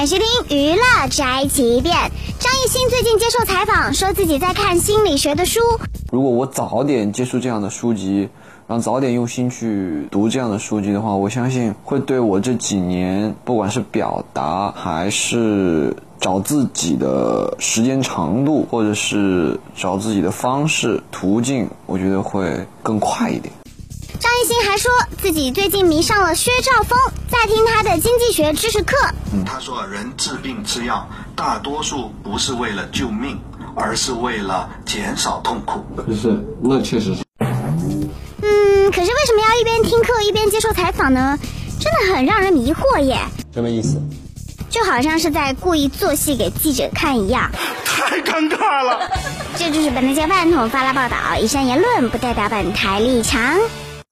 欢迎收听娱乐宅急便。张艺兴最近接受采访，说自己在看心理学的书。 如果我早点接触这样的书籍，然后早点用心去读这样的书籍的话，我相信会对我这几年不管是表达还是找自己的时间长度，或者是找自己的方式途径，我觉得会更快一点。 张艺兴还说自己最近迷上了薛兆丰，在听他的经济学知识课。 他说人治病吃药大多数不是为了救命，而是为了减少痛苦。 那确实是。 可是为什么要一边听课一边接受采访呢？真的很让人迷惑耶。 什么意思？ 就好像是在故意做戏给记者看一样。 太尴尬了。 这就是本台饭桶发了报道，以上言论不代表本台立场。